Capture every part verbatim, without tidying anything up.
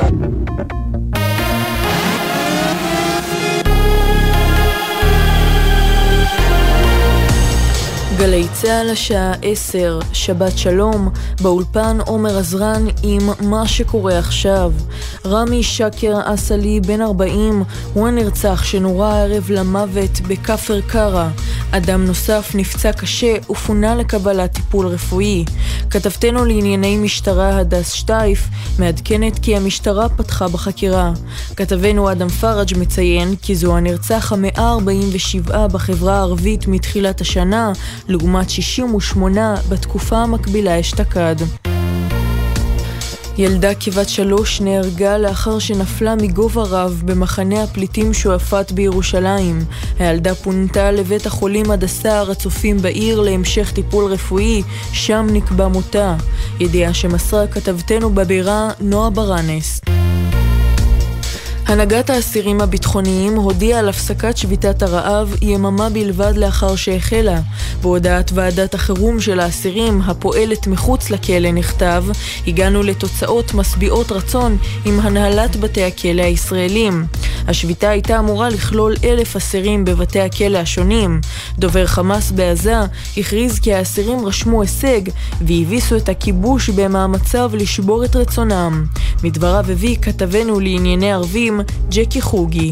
גלי צהל השעה עשר, שבת שלום, באולפן עומר עזרן עם מה שקורה עכשיו. רמי שקר אסלי בן ארבעים הוא הנרצח שנורה הערב למוות בכפר קרה. אדם נוסף נפצע קשה ופונה לקבלת טיפול רפואי. כתבתנו לענייני משטרה הדס שטייף מעדכנת כי המשטרה פתחה בחקירה. כתבנו אדם פרג' מציין כי זו הנרצח ה-מאה ארבעים ושבע בחברה הערבית מתחילת השנה, לעומת שישים ושמונה בתקופה המקבילה אשתקד. ילדה כבת שלוש נהרגה לאחר שנפלה מגובה רב במחנה הפליטים שועפאט בירושלים. הילדה פונתה לבית החולים הדסה הר הצופים בעיר להמשך טיפול רפואי, שם נקבע מותה. ידיעה שמסרה כתבתנו בבירה נועה ברנס. הנהגת האסירים הביטחוניים הודיעה על הפסקת שביתת הרעב יממה בלבד לאחר שהחלה. בהודעת ועדת החירום של האסירים הפועלת מחוץ לכלא נכתב: הגענו לתוצאות משביעות רצון עם הנהלת בתי הכלא הישראלים. השביתה הייתה אמורה לכלול אלף אסירים בבתי הכלא השונים. דובר חמאס בעזה הכריז כי האסירים רשמו הישג והביסו את הכיבוש במאמציו לשבור את רצונם. מדבריו הביא כתבנו לענייני ערבים ג'קי חוגי.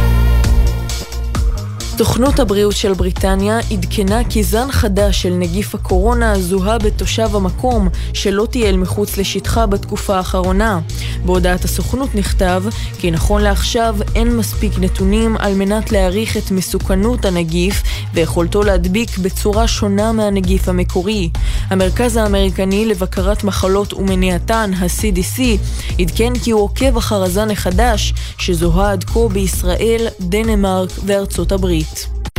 סוכנות הבריאות של בריטניה עדכנה כי זן חדש של נגיף הקורונה זוהה בתושב המקום שלא טייל מחוץ לשטחה בתקופה האחרונה. בהודעת הסוכנות נכתב כי נכון לעכשיו אין מספיק נתונים על מנת להעריך את מסוכנות הנגיף ויכולתו להדביק בצורה שונה מהנגיף המקורי. המרכז האמריקני לבקרת מחלות ומניעתן, ה-סי די סי, עדכן כי הוא עוקב אחר הזן החדש שזוהה עד כה בישראל, דנמרק וארצות הברית.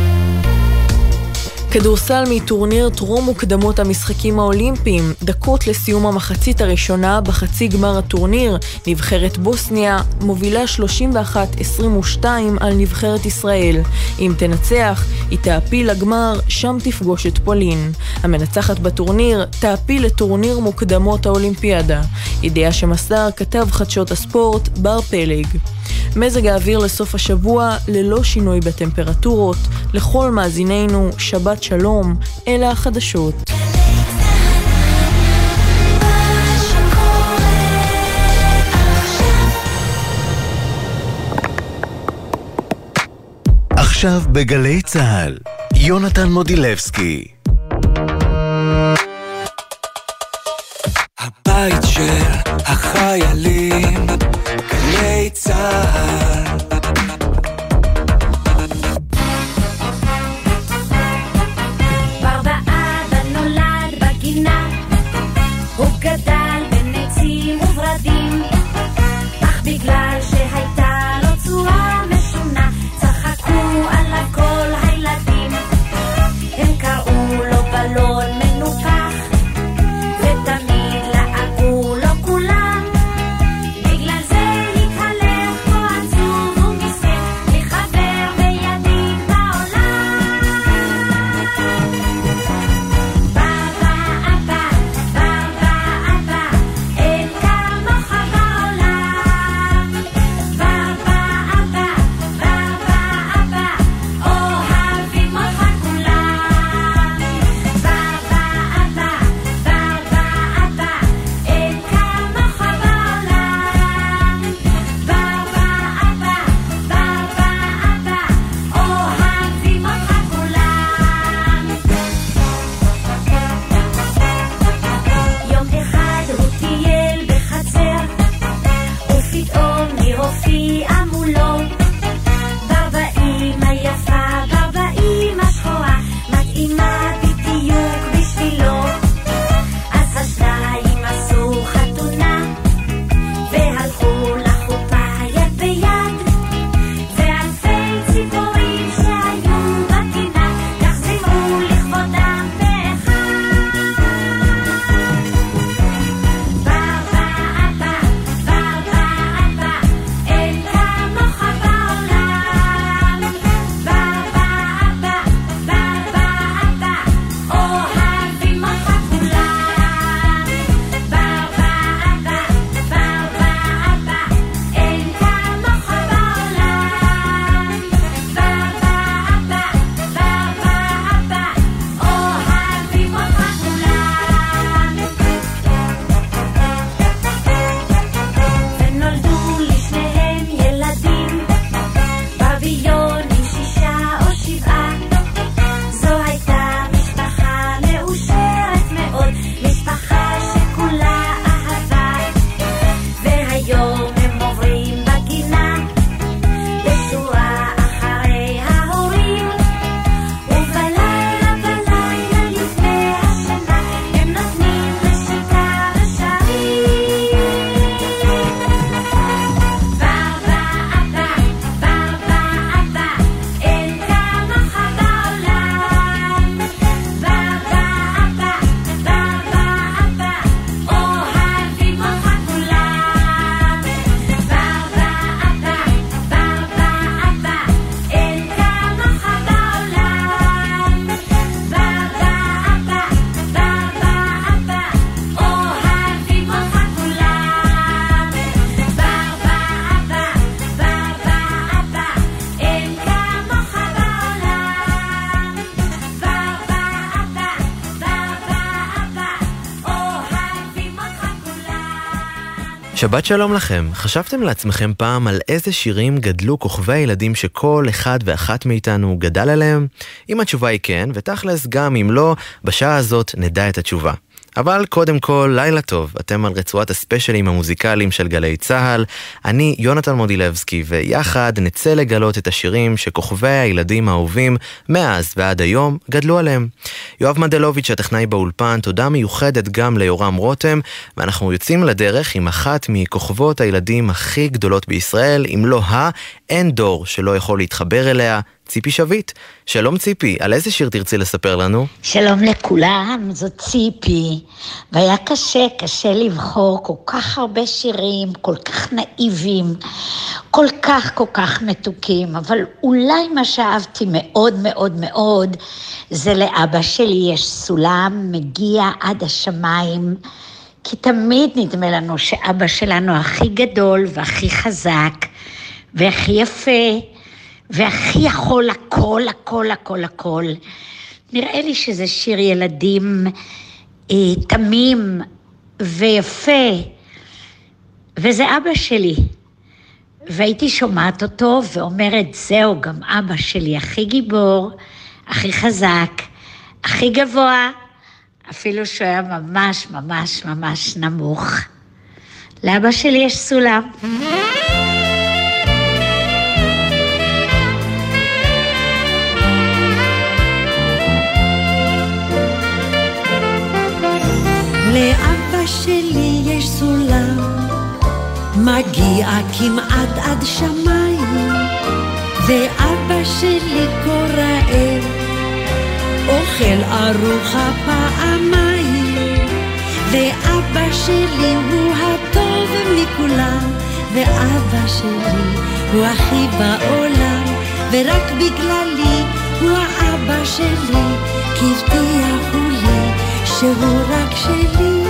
כדורסל מטורניר טרום מוקדמות המשחקים האולימפיים. דקות לסיום המחצית הראשונה בחצי גמר הטורניר, נבחרת בוסניה מובילה שלושים ואחת עשרים ושתיים על נבחרת ישראל. אם תנצח, היא תעפיל לגמר, שם תפגוש את פולין. המנצחת בטורניר תעפיל לטורניר מוקדמות האולימפיאדה. ידיעה שמסר כתב חדשות הספורט בר פלג. מזג האוויר לסוף השבוע ללא שינוי בטמפרטורות. לכל מאזינינו שבת שלום, אלה החדשות. עכשיו בגלי צהל, יונתן מודילבסקי. הבית של החיילים, גלי צהל. ברבעד נולד בגינה, הוא גדל בין עצים וברדים, אך בגלל שהייתה לו צורה משונה, צחקו עליו כל הילדים. הם קראו לו בלון מנופח, ותמיד לעגו לו כולם, בגלל זה התהלך פה עצוב. שבת שלום לכם. חשבתם לעצמכם פעם על איזה שירים גדלו כוכבי הילדים שכל אחד ואחת מאיתנו גדל עליהם? אם התשובה היא כן, ותכלס גם אם לא, בשעה הזאת נדע את התשובה. אבל קודם כל, לילה טוב. אתם על רצועת הספיישלים המוזיקליים של גלי צהל. אני יונתן מודילבסקי, ויחד נצא לגלות את השירים שכוכבי הילדים האהובים מאז ועד היום גדלו עליהם. יואב מנדלוביץ' הטכנאי באולפן, תודה מיוחדת גם ליורם רותם, ואנחנו יוצאים לדרך עם אחת מכוכבות הילדים הכי גדולות בישראל, אם לא ה, אין דור שלא יכול להתחבר אליה, ציפי שביט. שלום ציפי, על איזה שיר תרצי לספר לנו? שלום לכולם, זאת ציפי. והיה קשה, קשה לבחור כל כך הרבה שירים, כל כך נאיבים, כל כך כל כך מתוקים, אבל אולי מה שאהבתי מאוד מאוד מאוד, זה לאבא שלי יש סולם מגיע עד השמיים, כי תמיד נדמה לנו שאבא שלנו הכי גדול והכי חזק והכי יפה, והכי יכול הכל, הכל, הכל, הכל. נראה לי שזה שיר ילדים אה, תמים ויפה, וזה אבא שלי. והייתי שומעת אותו ואומרת, זהו, גם אבא שלי הכי גיבור, הכי חזק, הכי גבוה, אפילו שהוא היה ממש, ממש, ממש נמוך. לאבא שלי יש סולם. לאבא שלי יש סולם, מגיע כמעט עד שמיים, ואבא שלי כה רעב, אוכל ארוחה פעמיים, ואבא שלי הוא הטוב מכולם, ואבא שלי הוא הכי בעולם, ורק בגללי הוא האבא שלי, כי הבטיחו לי שהוא רק שלי.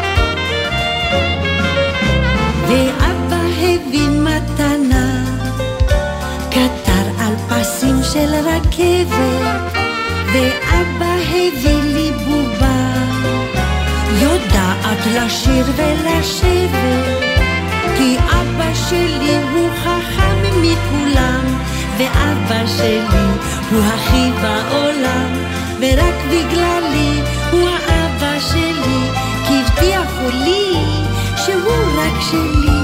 ואבא הביא מתנה, קטר על פסים של רכבת, ואבא הביא לי בובה, יודעת לשיר ולשבת, כי אבא שלי הוא חכם מכולם, ואבא שלי הוא הכי בעולם, ורק בגללי הוא האבא שלי, כי הבטיחו לי שהוא רק שלי.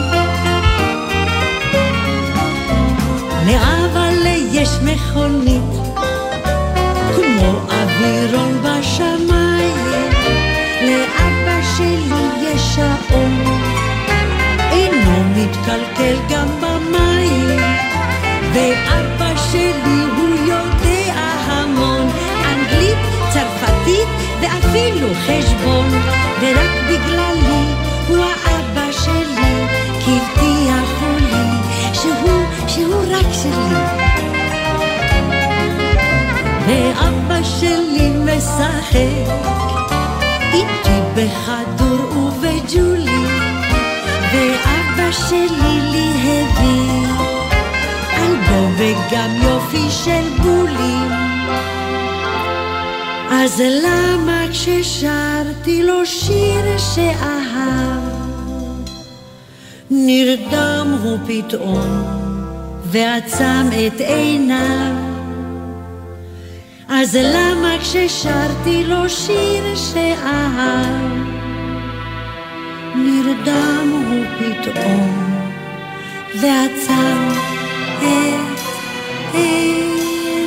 לאבא לי יש מכונית, כמו אווירון בשמיים, לאבא שלי יש שעון, אינו מתקלקל גם במים, ואבא שלי הוא יודע המון, אנגלית, צרפתית ואפילו חשבון, ורק בגללי הוא האבא שלי, כי הבטיחו לי שהוא, שהוא רק שלי. ואבא שלי משחק איתי בכדור ובג'ולי, ואבא שלי לי הביא אלבום וגם יופי של בולים. אז למה כששרתי לו שיר שאהב, נרדם הוא פתאום ועצם את עיניו? אז למה כששרתי לו שיר שאהב, נרדם הוא פתאום ועצם את עיניו?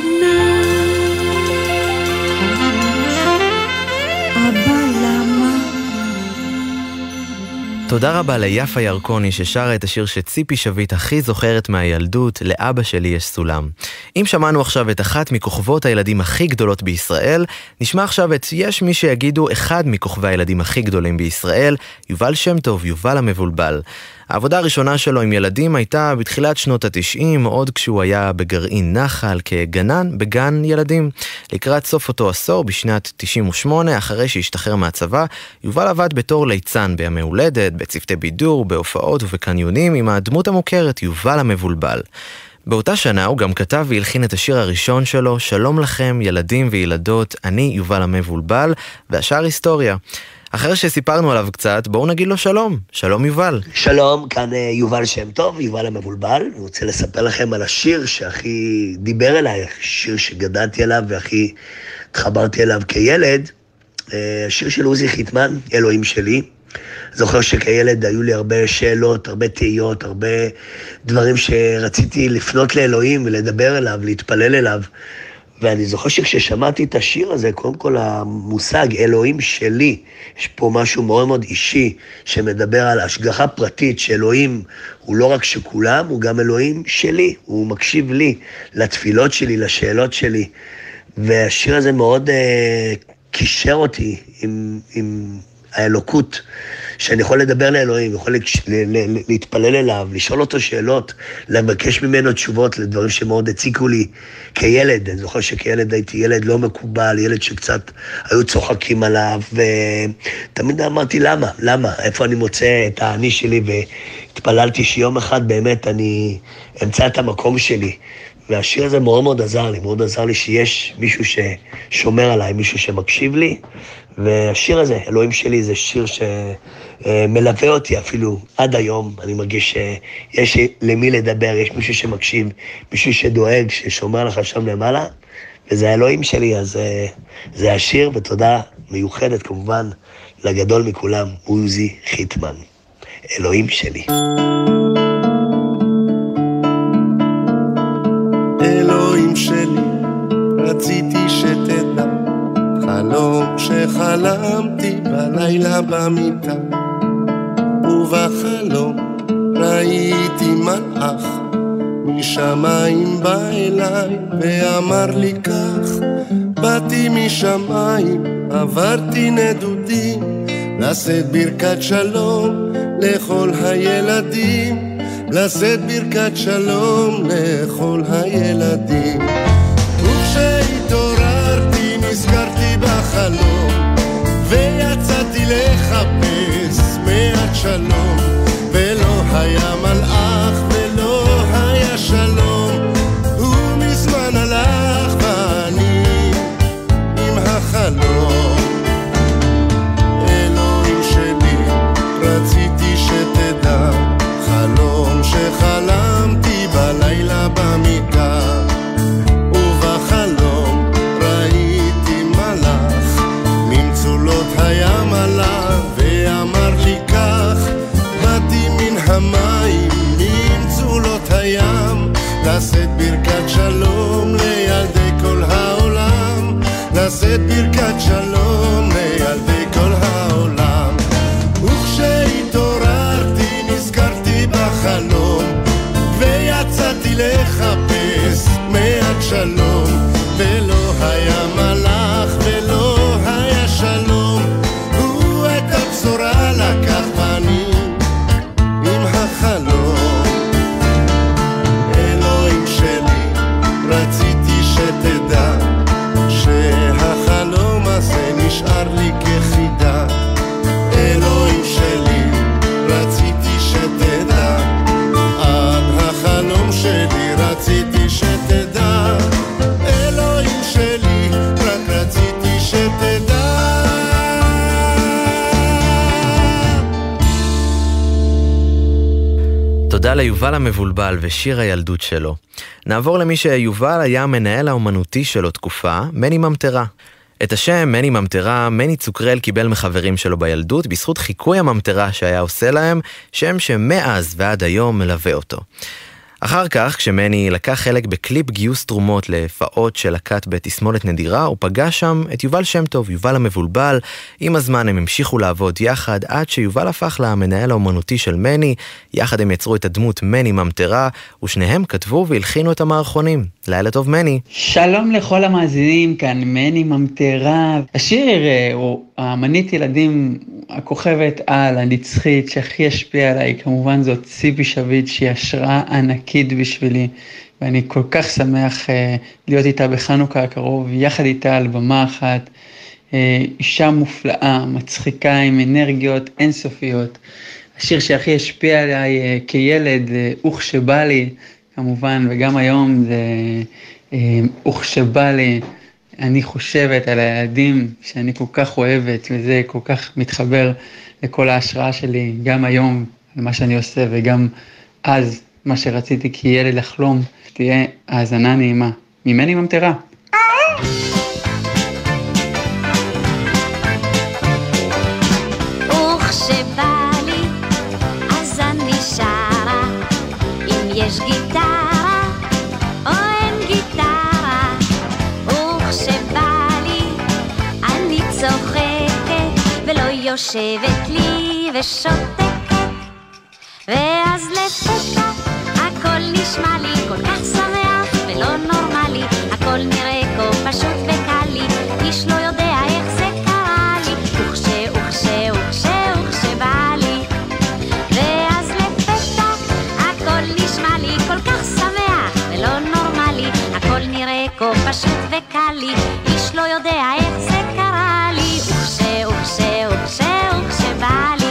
תודה רבה ליפה ירקוני ששרה את השיר שציפי שביט הכי זוכרת מהילדות, לאבא שלי יש סולם. אם שמענו עכשיו את אחת מכוכבות הילדים הכי גדולות בישראל, נשמע עכשיו את יש מי שיגידו אחד מכוכבי הילדים הכי גדולים בישראל, יובל שם טוב, יובל המבולבל. העבודה הראשונה שלו עם ילדים הייתה בתחילת שנות התשעים, עוד כשהוא היה בגרעין נחל כגנן בגן ילדים. לקראת סוף אותו עשור, בשנת תשעים ושמונה, אחרי שהשתחרר מהצבא, יובל עבד בתור ליצן בימי הולדת, בצוותי בידור, בהופעות ובקניונים עם הדמות המוכרת יובל המבולבל. באותה שנה הוא גם כתב והלחין את השיר הראשון שלו, שלום לכם ילדים וילדות, אני יובל המבולבל, והשאר היסטוריה. אחרי שסיפרנו עליו קצת, בואו נגיד לו שלום. שלום יובל. שלום, כאן יובל שם טוב, יובל המבולבל. אני רוצה לספר לכם על השיר שהכי דיבר אליי, שיר שגדלתי עליו והכי התחברתי אליו כילד. השיר של עוזי חיטמן, אלוהים שלי. זוכר שכילד היו לי הרבה שאלות, הרבה תהיות, הרבה דברים שרציתי לפנות לאלוהים ולדבר אליו, להתפלל אליו. ואני זוכר שכששמעתי את השיר הזה, קודם כל המושג אלוהים שלי, יש פה משהו מאוד מאוד אישי שמדבר על השגחה פרטית, שאלוהים הוא לא רק שכולם, הוא גם אלוהים שלי, הוא מקשיב לי, לתפילות שלי, לשאלות שלי. והשיר הזה מאוד uh, קישר אותי עם, עם האלוקות, שאני יכול לדבר לאלוהים, יכול להתפלל אליו, לשאול אותו שאלות, לבקש ממנו תשובות לדברים שמאוד הציקו לי כילד. אני זוכר שכילד הייתי ילד לא מקובל, ילד שקצת היו צוחקים עליו, ותמיד אמרתי למה, למה, איפה אני מוצא את האני שלי, והתפללתי שיום אחד באמת אני אמצא את המקום שלי. והשיר הזה מאוד מאוד עזר לי, מאוד עזר לי שיש מישהו ששומר עליי, מישהו שמקשיב לי, והשיר הזה, אלוהים שלי, זה שיר שמלווה אותי אפילו עד היום. אני מרגיש שיש למי לדבר, יש מישהו שמקשיב, מישהו שדואג, ששומר לך שם למעלה, וזה האלוהים שלי, אז זה השיר, ותודה מיוחדת כמובן לגדול מכולם, עוזי חיטמן, אלוהים שלי. אלוהים שלי, רציתי שתדע, חלום שחלמתי בלילה במיטה, ובחלום ראיתי מלאך משמיים בא אליי ואמר לי כך, באתי משמיים, עברתי נדודים, לשאת ברכת שלום לכל הילדים, לשאת ברכת שלום לכל הילדים. וכשהתעוררתי נזכרתי בחלום, ויצאתי לחפש מעט שלום, ולא היה מלאך ולא היה שלום, הוא מזמן הלך ואני עם החלום. אלוהים שלי, רציתי שתדע, חלום שחלמתי בלילה במיטה, ובחלום ראיתי מלאך ממצולות הים עלה ואמר לי כך, באתי מן המים ממצולות הים, לשאת ברכת שלום לילדי כל העולם, לשאת ברכת שלום לילדי כל העולם. וכשהתעוררתי נזכרתי בחלום, ויצאתי לחפש מעט שלום, ולא היה מלאך ולא היה שלום, הוא את הבשורה לקח ואני עם החלום. אלוהים שלי, רציתי שתדע, שהחלום הזה נשאר לי כחידה. אלוהים שלי, רציתי שתדע, על החלום שלי רציתי שתדע. אלוהים שלי, רק רציתי שתדע. תודה ליובל המבולבל ושיר הילדות שלו. נעבור למי שיובל היה המנהל האומנותי שלו תקופה, מני ממטרה. את השם מני ממטרה, מני צוקרל קיבל מחברים שלו בילדות, בזכות חיקוי הממטרה שהיה עושה להם, שם שמאז ועד היום מלווה אותו. אחר כך, כשמני לקח חלק בקליפ גיוס תרומות לפעות של להקת בתסמונת נדירה, הוא פגש שם את יובל שם טוב, יובל המבולבל. עם הזמן הם המשיכו לעבוד יחד, עד שיובל הפך למנהל האומנותי של מני. יחד הם יצרו את הדמות מני ממטרה, ושניהם כתבו והלחינו את המערכונים. לילה טוב מני. שלום לכל המאזינים, כאן מני ממטרה. השיר הוא האמנית ילדים, הכוכבת על, הנצחית, שהכי השפיעה עליי, כמובן זאת ציפי שביט, שהיא השראה ענקית בשבילי, ואני כל כך שמח uh, להיות איתה בחנוכה הקרוב, יחד איתה על במה אחת, uh, אישה מופלאה, מצחיקה עם אנרגיות אינסופיות. השיר שהכי השפיע עליי uh, כילד, uh, וכשבא לי, כמובן, וגם היום זה uh, וכשבא לי, uh, אני חושבת על הילדים שאני כל כך אוהבת, וזה כל כך מתחבר לכל ההשראה שלי, גם היום, על מה שאני עושה, וגם אז, מה שרציתי כילד לחלום, תהיה האזנה נעימה. ממני ממטרה. וכשבא לי, אז אני שרה, אם יש גיטרה, או אין גיטרה. וכשבא לי, אני צוחקת, ולא יושבת לי ושותקת. ואז לפתע, הכל נשמע לי כל כך שמח ולא נורמלי. הכל נראה כה פשוט וקל לי, איש לא יודע איך זה קרה לי. וכשה, וכשה, וכשה, וכשבא לי, ואז לפתע הכל נשמע לי כל כך שמח ולא נורמלי. הכל נראה כה פשוט וקל לי, איש לא יודע איך זה קרה לי. וכשה, וכשה, וכשה, וכשבא לי.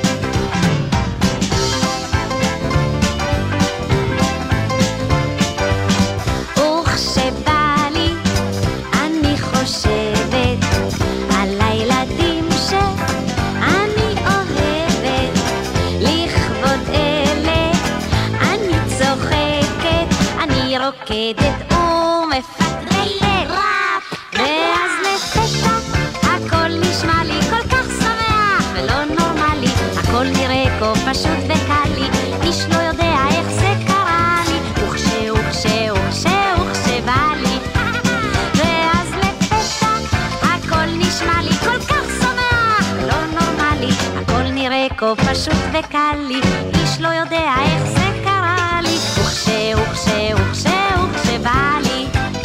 רוקדת ומפטרלת ראפ, ואז לפתע הכל נשמע לי כל כך שמח ולא נורמלי. הכל נראה כה פשוט וקל לי, איש לא יודע איך זה קרה לי. וכשה, וכשה, וכשה, וכשבא לי, ואז לפתע הכל נשמע לי כל כך שמח ולא נורמלי. הכל נראה כה פשוט וקל לי, איש לא יודע איך זה קרה לי. וכשה, וכשה, וכשה, וכשבא לי.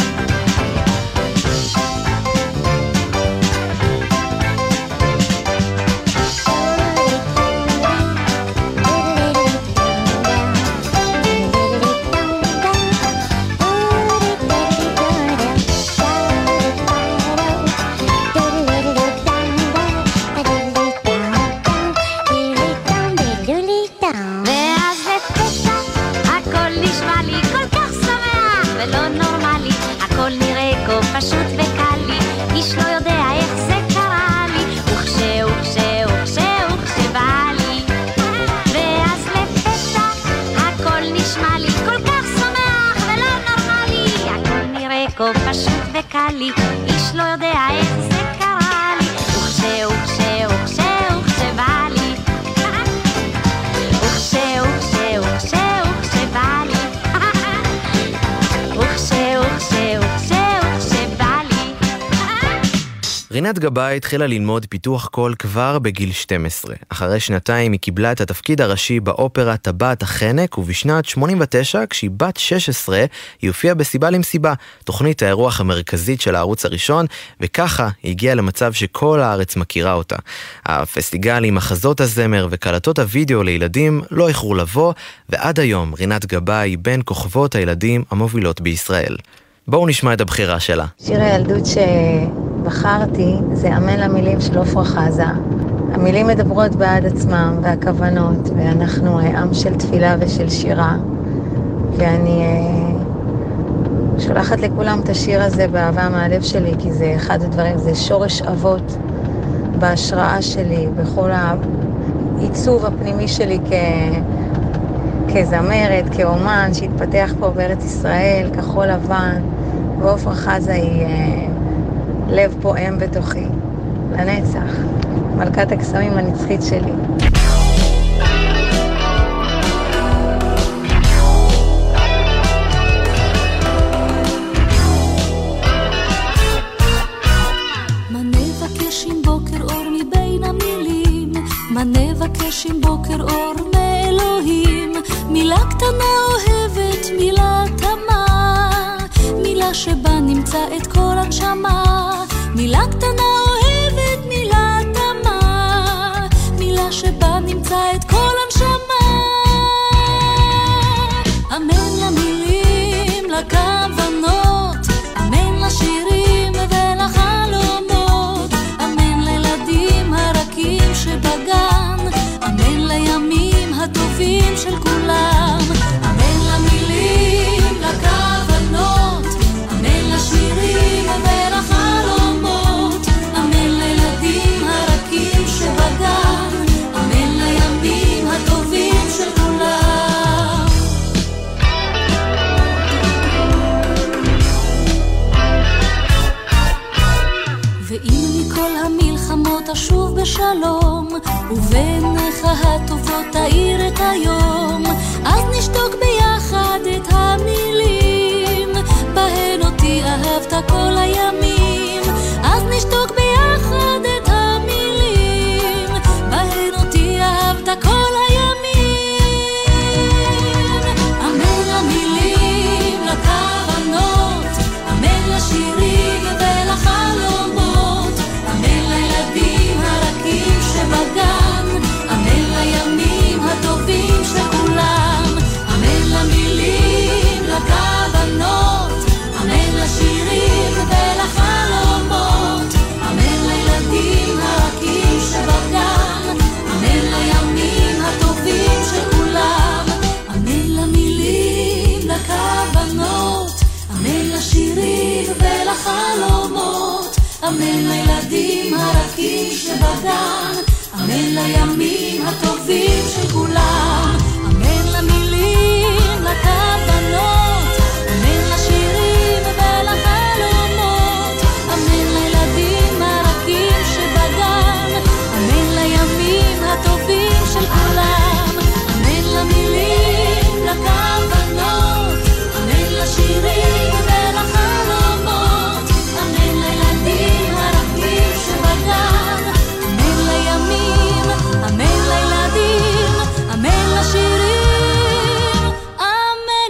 פשוט וקל לי, איש לא יודע איך זה קרה לי. וכשה, וכשה, וכשה, וכשבא לי, ואז לפתע הכל נשמע לי כל כך שמח ולא נורמלי. הכל נראה כה פשוט וקל לי, איש לא יודע איך זה קרה לי. וכשה, וכשה, וכשה, וכשבא לי, וכשה, וכשה, וכשה, וכשבא לי, וכשה, וכשה, וכשה. רינת גבאי התחילה ללמוד פיתוח קול כבר בגיל שתים עשרה. אחרי שנתיים היא קיבלה את התפקיד הראשי באופרה טבעת החנק, ובשנת שמונים ותשע, כשהיא בת שש עשרה, היא הופיעה בסיבה למסיבה, תוכנית האירוח המרכזית של הערוץ הראשון, וככה היא הגיעה למצב שכל הארץ מכירה אותה. הפסטיגלים, מחזות הזמר וקלטות הוידאו לילדים לא איחרו לבוא, ועד היום רינת גבאי היא בין כוכבות הילדים המובילות בישראל. בואו נשמע את הבחירה שלה. שיר הילדות שבחרתי זה אמן למילים של עופרה חזה. המילים מדברות בעד עצמם והכוונות, ואנחנו עם של תפילה ושל שירה. ואני שולחת לכולם את השיר הזה באהבה מהלב שלי, כי זה אחד הדברים, זה שורש אבות בהשראה שלי, בכל העיצוב הפנימי שלי כ... כזמרת, כאומן שהתפתח פה בארץ ישראל, כחול לבן, ועופרה חזה היא אה, לב פועם בתוכי, לנצח, מלכת הקסמים הנצחית שלי. מה נבקש עם בוקר אור מבין המילים, מה נבקש עם בוקר אור מאלוהים, מילה קטנה אוהבת, מילה תמה, מילה שבה נמצא את כל הנשמה. מילה קטנה אוהבת, מילה תמה, מילה שבה נמצא את כל הנשמה. אמן למילים, לכוונות, אמן לשירים ולחלומות, אמן לילדים הרכים שבגן, אמן לימים הטובים של כולם. אמן למילים, לכוונות, אמן לשירים ולחלומות, ובעיניך הטובות תאיר את היום, אז נשתוק ביחד את המילים בהן אותי אהבת כל הימים, אז נשתוק ביחד את המילים בהן אותי אהבת כל הימים. אמן למילים, לכוונות, אמן לשירים ולחלומות, אמן לילדים הרכים שבגן, אמן לימים הטובים של כולם. אמן למילים, לכוונות, אמן לשירים ולחלומות, אמן לילדים הרכים שבגן, אמן לימים הטובים של כולם. אמן למילים, לכוונות, אמן לשירים ולחלומות, אמן לילדים הרכים שבגן, אמן לימים הטובים של כולם. אמן למילים, לכוונות, אמן לשירים ולחלומות, אמן לילדים הרכים שבגן, אמן לימים הטובים של כולם. אמן למילים, לכוונות, אמן לשירים ולחלומות, אמן לילדים הרכים שבגן, אמן לימים, אמן לילדים, אמן לשירים, אמן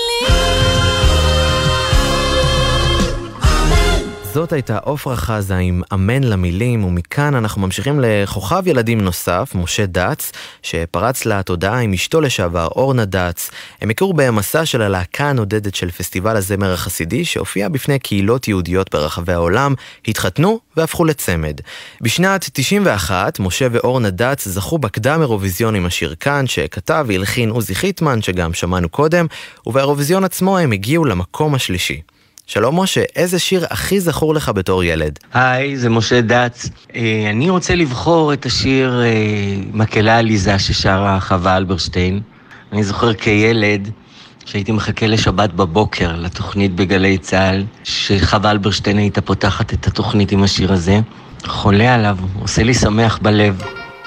למילים. זאת הייתה עופרה חזה עם אמן למילים, ומכאן אנחנו ממשיכים לכוכב ילדים נוסף, משה דץ, שפרץ לתודעה עם אשתו לשעבר, אורנה דץ. הם הכירו במסע של הלהקה הנודדת של פסטיבל הזמר החסידי, שהופיע בפני קהילות יהודיות ברחבי העולם, התחתנו והפכו לצמד. בשנת תשעים ואחת, משה ואורנה דץ זכו בקדם אירוויזיון עם השיר כאן, שכתב והלחין עוזי חיטמן, שגם שמענו קודם, ובאירוויזיון עצמו הם הגיעו למקום השלישי. שלום משה, איזה שיר הכי זכור לך בתור ילד? היי, זה משה דץ. אני רוצה לבחור את השיר מקהלה עליזה ששרה חווה אלברשטיין. אני זוכר כילד שהייתי מחכה לשבת בבוקר לתוכנית בגלי צהל, שחווה אלברשטיין הייתה פותחת את התוכנית עם השיר הזה. חולה עליו, עושה לי שמח בלב.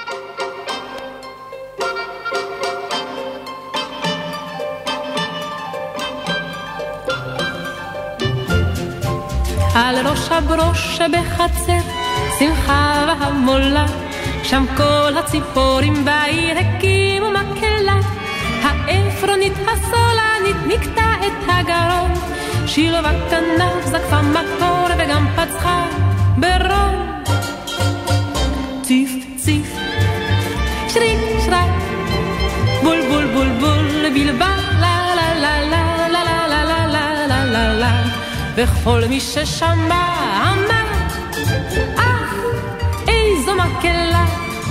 על ראש הברוש שבחצר, שמחה והמולה, שם כל הציפורים בעיר הקימו מקהלה. האפרונית הסולנית נקטה את הגרון, שילוב הכנף זקפה מקור וגם פצחה ברון. ציף ציף, שריק שרק, בול בול בול בול בלבל, לה לה לה לה לה לה לה לה לה לה לה. וכל מי ששמע אמר, אך איזו מקהלה.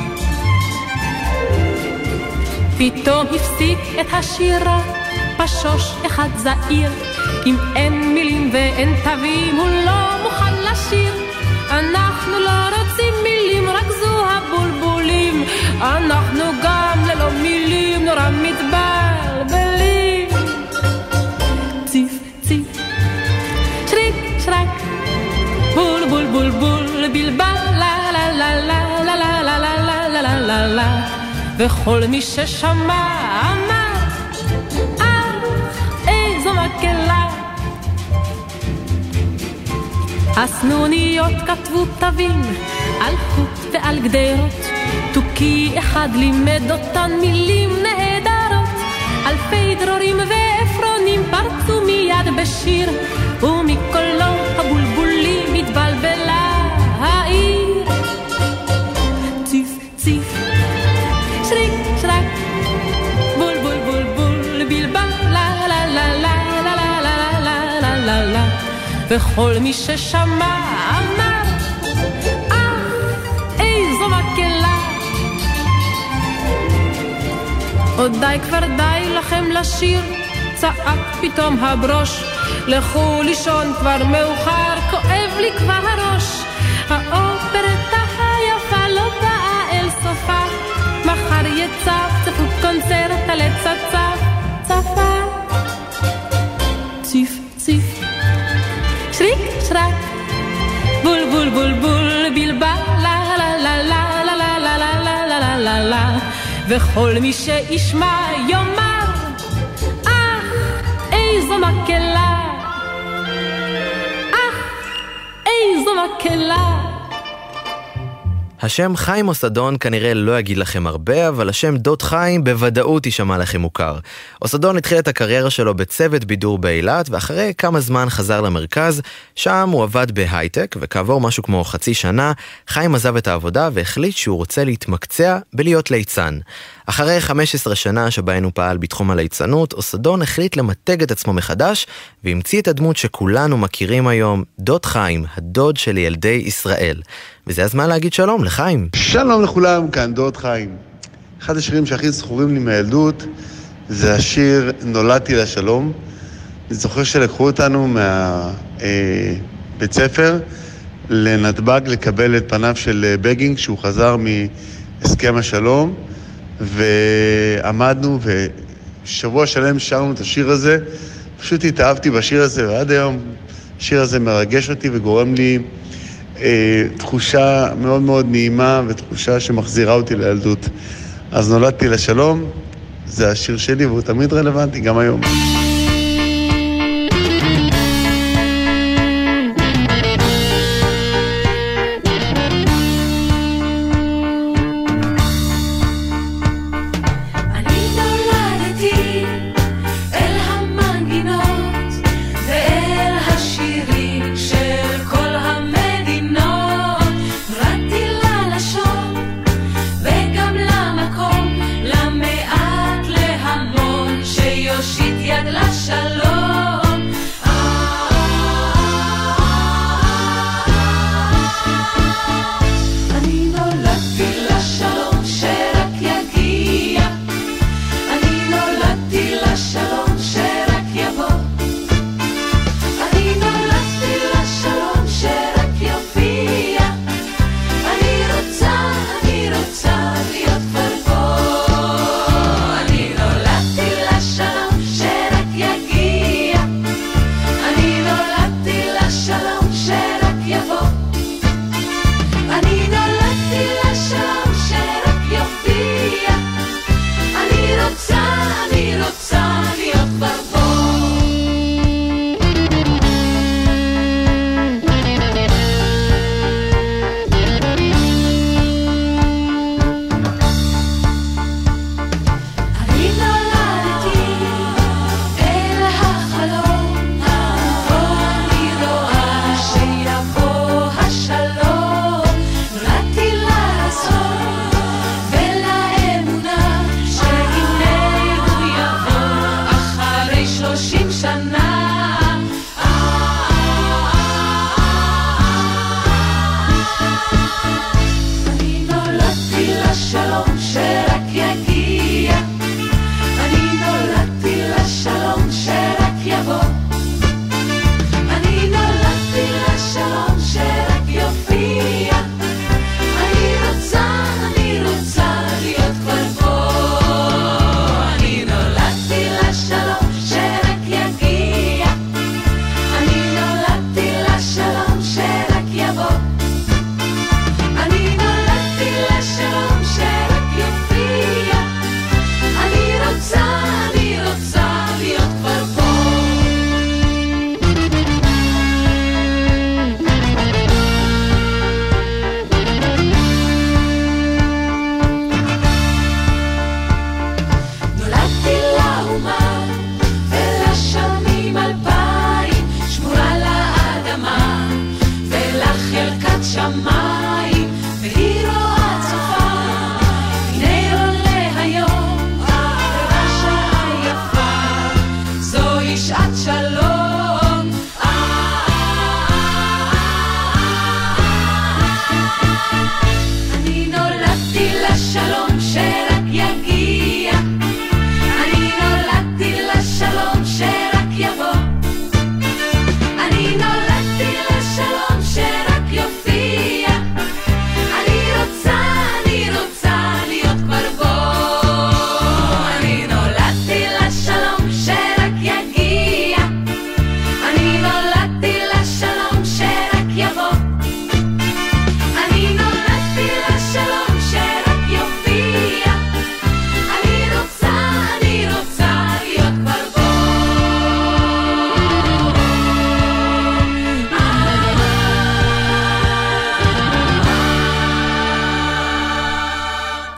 פתאום הפסיק את השירה פשוש אחד זעיר, אם אין מילים ואין תווים הוא לא מוכן לשיר. אנחנו לא רוצים מילים, רק זו הבולבולים, אנחנו גם ללא מילים נורא מתבלבלים. ציף ציף, שריק שרק, בול בול בול בול בלבל, לה לה לה לה לה לה לה לה לה לה לה לה. וכל מי ששמע אמר, אה, איזו מקהלה. הסנוניות כתבו תווים על חוט ועל גדרות, תוקי אחד לימד אותן מילים נהדרות. אלפי דרורים ואפרונים פרצו מיד בשיר, ומקולות הבולבולים התבלבלה העיר. ציף ציף, שריק שרק, בול בול בול בול בלבל, לה לה לה לה לה לה לה לה לה לה לה. וכל מי ששמע אמר, אה, איזו מקהלה. עוד די כבר די לכם לשיר, צעק פתאום הברוש, לכו לישון כבר מאוחר, כואב לי כבר הראש. האופרטה היפה לא באה אל סופה, מחר יצפצפו קונצרט על הצצף צפה. ציף ציף, שריק שרק, בול בול בול בול בלבל, לה לה לה לה לה לה לה לה לה לה וכל מי שישמע יאמר, אך איזו מקהלה, אך איזו מקהלה. השם חיים אוסדון כנראה לא יגיד לכם הרבה, אבל השם דוד חיים בוודאות יישמע לכם מוכר. אוסדון התחיל את הקריירה שלו בצוות בידור באילת, ואחרי כמה זמן חזר למרכז, שם הוא עבד בהייטק, וכעבור משהו כמו חצי שנה, חיים עזב את העבודה והחליט שהוא רוצה להתמקצע בלהיות ליצן. אחרי חמש עשרה שנה שבהן הוא פעל בתחום הליצנות, אוסדון החליט למתג את עצמו מחדש, והמציא את הדמות שכולנו מכירים היום, דוד חיים, הדוד של ילדי ישראל. וזה הזמן להגיד שלום לחיים. שלום לכולם, כאן דוד חיים. אחד השירים שהכי זכורים לי מהילדות, זה השיר נולדתי לשלום. אני זוכר שלקחו אותנו מהבית ספר לנתב"ג לקבל את פניו של בגין, כשהוא חזר מהסכם השלום, ועמדנו ושבוע שלם שרנו את השיר הזה. פשוט התאהבתי בשיר הזה, ועד היום השיר הזה מרגש אותי וגורם לי אה, תחושה מאוד מאוד נעימה ותחושה שמחזירה אותי לילדות. אז נולדתי לשלום, זה השיר שלי והוא תמיד רלוונטי גם היום. יד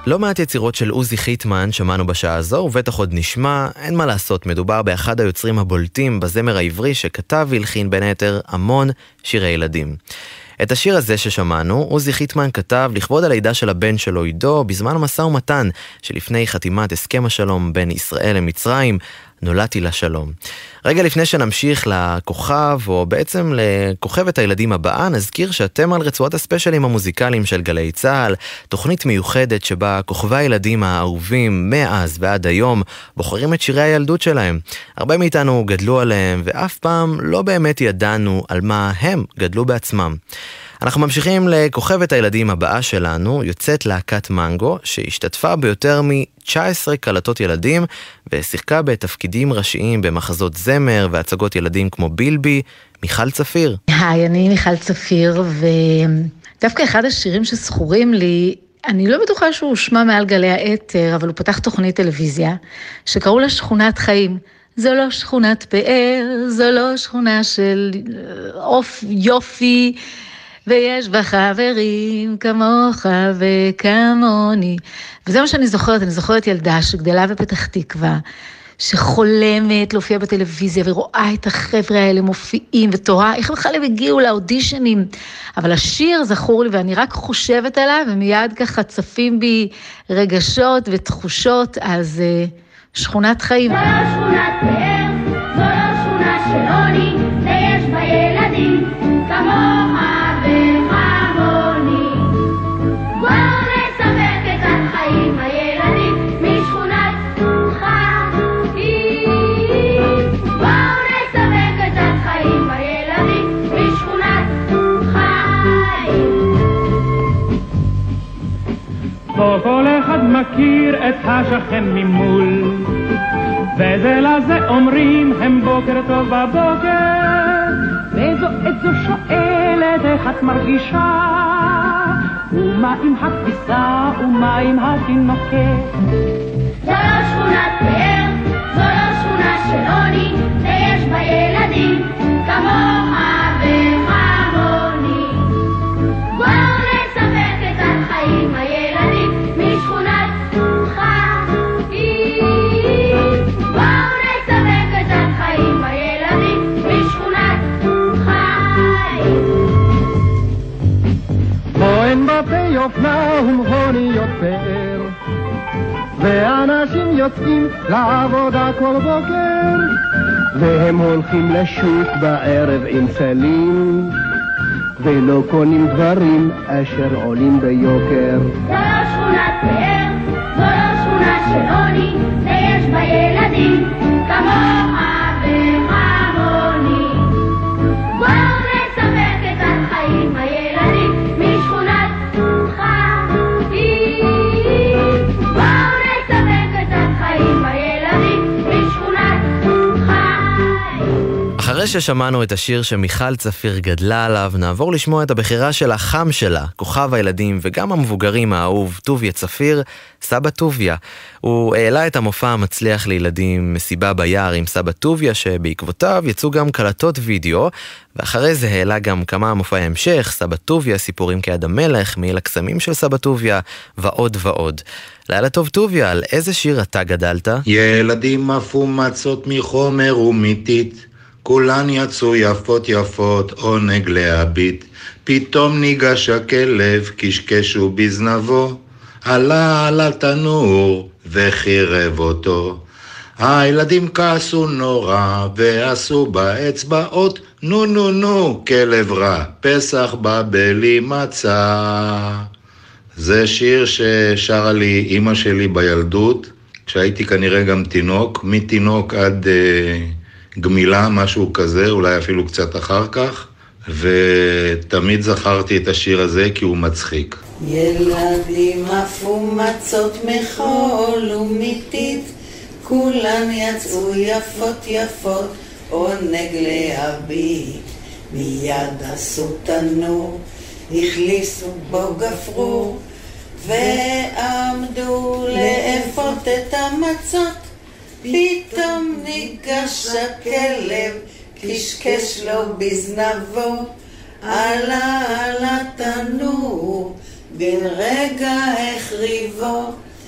לא מעט יצירות של עוזי חיטמן שמענו בשעה הזו, ובטח עוד נשמע, אין מה לעשות, מדובר באחד היוצרים הבולטים בזמר העברי שכתב והלחין בין היתר המון שירי ילדים. את השיר הזה ששמענו, עוזי חיטמן כתב לכבוד הלידה של הבן שלו עידו, בזמן המשא ומתן שלפני חתימת הסכם השלום בין ישראל למצרים, נולדתי לשלום. רגע לפני שנמשיך לכוכב, או בעצם לכוכבת הילדים הבאה, נזכיר שאתם על רצועת הספיישלים המוזיקליים של גלי צהל, תוכנית מיוחדת שבה כוכבי הילדים האהובים מאז ועד היום בוחרים את שירי הילדות שלהם. הרבה מאיתנו גדלו עליהם, ואף פעם לא באמת ידענו על מה הם גדלו בעצמם. אנחנו ממשיכים לכוכבת הילדים הבאה שלנו, יוצאת להקת מנגו, שהשתתפה ביותר מ-תשע עשרה קלטות ילדים, ושיחקה בתפקידים ראשיים במחזות זמר והצגות ילדים כמו בילבי. מיכל צפיר. היי, אני מיכל צפיר, ודווקא אחד השירים שזכורים לי, אני לא בטוחה שהוא שמה מעל גלי האתר, אבל הוא פתח תוכנית טלוויזיה, שקראו לה שכונת חיים. זו לא שכונת פאר, זו לא שכונה של אוף יופי, ויש בה חברים כמוך וכמוני. וזה מה שאני זוכרת, אני זוכרת ילדה שגדלה בפתח תקווה, שחולמת להופיע בטלוויזיה ורואה את החבר'ה האלה מופיעים ותוהה איך בכלל הם הגיעו לאודישנים. אבל השיר זכור לי ואני רק חושבת עליו ומיד ככה צפים בי רגשות ותחושות. אז uh, שכונת חיים. זו לא שכונת פאר, זו לא שכונה של עוני, ויש בה ילדים כמוך וכמוני. בואו נספק את החיים הילדים משכונת חיים. בואו נספק את החיים הילדים משכונת חיים. פה כל אחד מכיר את השכן ממול, וזה לזה אומרים הם בוקר טוב בבוקר, וזו את זו שואלת איך את מרגישה, ומה עם הכביסה ומה עם התינוקת. זו לא שכונת פאר, זו לא שכונה של עוני, ויש בה ילדים כמוך וכמוני. בואו נספק את החיים הילדים משכונת חיים. בואו נספק את החיים הילדים משכונת חיים. פה אין בתי אופנה ומכוניות פאר, ואנשים יוצאים לעבודה כל בוקר, והם הולכים לשוק בערב עם סלים, ולא קונים דברים אשר עולים ביוקר. זו לא שכונת פאר, זו לא שכונה של עוני, ויש בה ילדים כמוך וכמוני. בואו נספק את החיים הילדים משכונת חיים. בואו נספק את החיים הילדים משכונת חיים. אחרי ששמענו את השיר שמיכל צפיר גדלה עליו, נעבור לשמוע את הבחירה של החם שלה, כוכב הילדים וגם המבוגרים האהוב, טוביה צפיר, סבא טוביה. הוא העלה את המופע המצליח לילדים מסיבה ביער עם סבא טוביה, שבעקבותיו יצאו גם קלטות וידאו, ואחרי זה העלה גם כמה מופעי המשך, סבא טוביה, סיפורים כיד המלך, מעיל הקסמים של סבא טוביה, ועוד ועוד. לילה טוב טוביה, על איזה שיר אתה גדלת? ילדים עפו מצות מחומר ומיתית, כולן יצאו יפות יפות, עונג להביט. פתאום ניגש הכלב, קשקשו בזנבו, עלה על התנור וחירב אותו. הילדים כעסו נורא ועשו באצבעות, נו נו נו, כלב רע, פסח בא בלי מצה. זה שיר ששרה לי אמא שלי בילדות, כשהייתי כנראה גם תינוק, מתינוק עד uh, גמילה, משהו כזה, אולי אפילו קצת אחר כך, ותמיד זכרתי את השיר הזה כי הוא מצחיק. ילדים עפו מצות מחול ומיתית, כולן יצאו יפות יפות, עונג להביט. מיד עשו תנור, הכניסו בו גפרור, ועמדו לאפות את המצות. פתאום ניגש הכלב, קשקש לו בזנבו, עלה על התנור, בן רגע החריבו.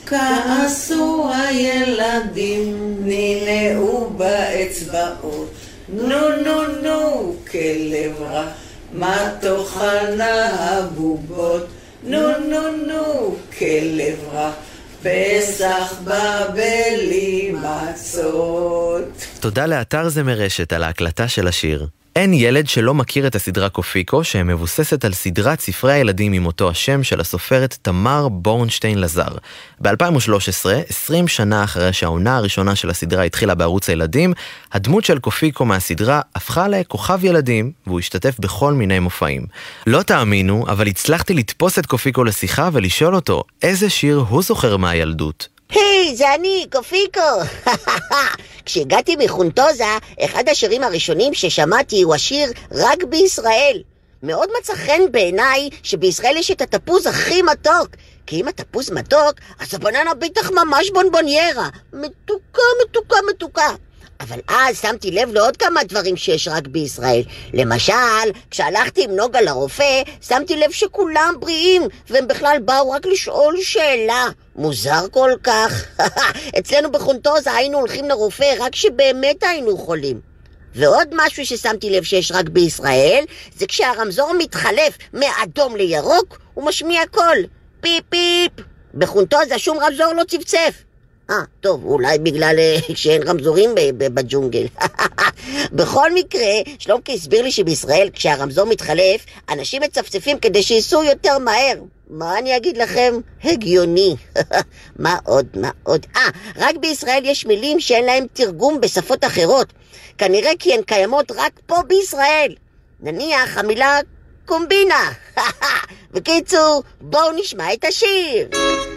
כעסו הילדים, נינאו באצבעות, נו נו נו כלב רע, מה תאכלנה הבובות, נו נו נו כלב רע, פסח בא בלי מצות. תודה לאתר זמרשת על ההקלטה של השיר. אין ילד שלא מכיר את הסדרה קופיקו, שמבוססת על סדרת ספרי הילדים עם אותו השם של הסופרת תמר בורנשטיין לזר. ב-אלפיים ושלוש עשרה, עשרים שנה אחרי שהעונה הראשונה של הסדרה התחילה בערוץ הילדים, הדמות של קופיקו מהסדרה הפכה לכוכב ילדים, והוא השתתף בכל מיני מופעים. לא תאמינו, אבל הצלחתי לתפוס את קופיקו לשיחה ולשאול אותו איזה שיר הוא זוכר מהילדות. היי, זה אני, קופיקו. כשהגעתי מחונטוזה, אחד השירים הראשונים ששמעתי הוא השיר רק בישראל. מאוד מצא חן בעיניי שבישראל יש את התפוז הכי מתוק. כי אם התפוז מתוק, אז הבננה בטח ממש בונבוניירה. מתוקה, מתוקה, מתוקה. אבל אז שמתי לב לעוד כמה דברים שיש רק בישראל. למשל, כשהלכתי עם נוגה לרופא, שמתי לב שכולם בריאים, והם בכלל באו רק לשאול שאלה. מוזר כל כך. אצלנו בחונטוזה היינו הולכים לרופא רק שבאמת היינו חולים. ועוד משהו ששמתי לב שיש רק בישראל, זה כשהרמזור מתחלף מאדום לירוק, הוא משמיע קול. פיפ פיפ. בחונטוזה שום רמזור לא צפצף. אה, טוב, אולי בגלל שאין רמזורים בג'ונגל. בכל מקרה, שלומקה הסביר לי שבישראל כשהרמזור מתחלף, אנשים מצפצפים כדי שיסעו יותר מהר. מה אני אגיד לכם? הגיוני. מה עוד, מה עוד? אה, רק בישראל יש מילים שאין להם תרגום בשפות אחרות. כנראה כי הן קיימות רק פה בישראל. נניח המילה קומבינה. בקיצור, בואו נשמע את השיר.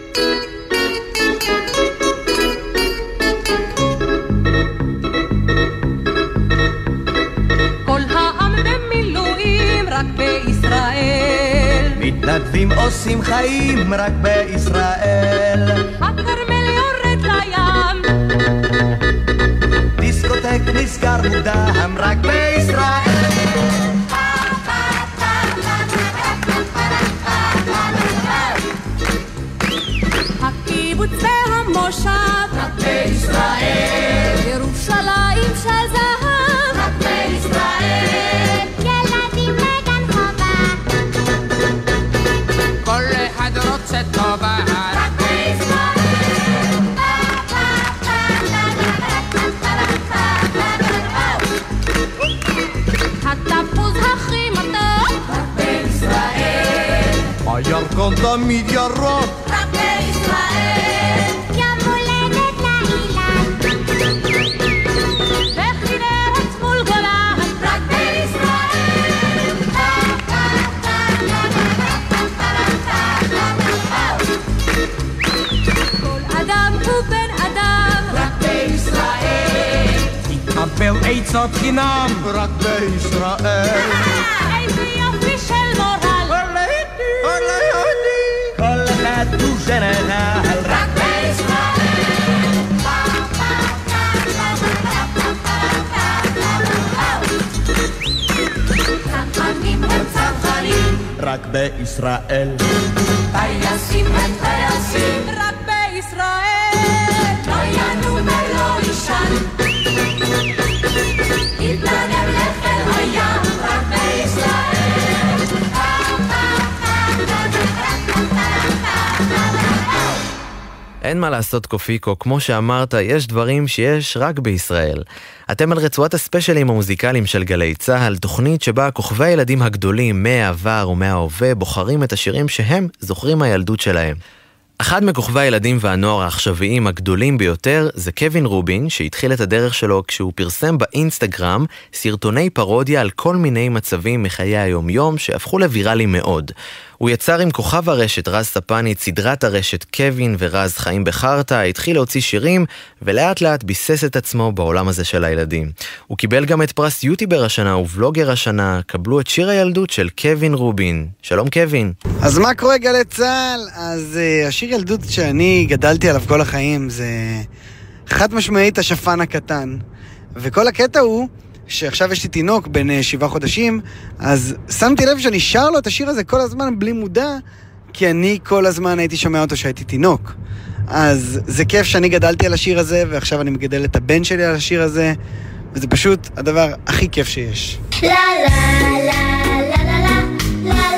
מתנדבים עושים חיים רק בישראל. הכרמל יורד לים, דיסקוטק נסגר מוקדם רק בישראל. הקיבוץ והמושב רק בישראל. ירושלים של זהב רק בישראל. ילדים לגן חובה, כל אחד רוצה טובה רק בישראל. התפוז הכי מתוק רק בישראל. הירקון תמיד ירוק רק בישראל. יום הולדת לאילן, וכנרת מול גולן רק בישראל. כל אדם הוא בן אדם רק בישראל. תקבל עצות חינם רק בישראל. איזה יופי של מורל כל אחד הוא ג'נרל רק בישראל. צנחנים הם צנחנים רק בישראל. טייסים הם טייסים רק בישראל. לא ינום ולא ישן, יתנדב לחיל הים רק בישראל. אין מה לעשות קופיקו, כמו שאמרת, יש דברים שיש רק בישראל. אתם על רצועת הספיישלים המוזיקליים של גלי צהל, תוכנית שבה כוכבי הילדים הגדולים מהעבר ומההווה בוחרים את השירים שהם זוכרים מהילדות שלהם. אחד מכוכבי הילדים והנוער העכשוויים הגדולים ביותר זה קווין רובין, שהתחיל את הדרך שלו כשהוא פרסם באינסטגרם סרטוני פרודיה על כל מיני מצבים מחיי היום-יום שהפכו לוויראליים מאוד. הוא יצר עם כוכב הרשת רז ספנית סדרת הרשת קווין ורז חיים בחרטה, התחיל להוציא שירים ולאט לאט ביסס את עצמו בעולם הזה של הילדים. הוא קיבל גם את פרס יוטיובר השנה ובלוגר השנה. קבלו את שיר הילדות של קווין רובין. שלום קווין. אז מה קורה גלי צהל? אז uh, השיר ילדות שאני גדלתי עליו כל החיים זה חד משמעית השפן הקטן. וכל הקטע הוא שעכשיו יש לי תינוק בן שבעה חודשים, אז שמתי לב שאני שר לו את השיר הזה כל הזמן בלי מודע, כי אני כל הזמן הייתי שומע אותו שהייתי תינוק. אז זה כיף שאני גדלתי על השיר הזה, ועכשיו אני מגדל את הבן שלי על השיר הזה, וזה פשוט הדבר הכי כיף שיש. לה לה לה לה לה לה לה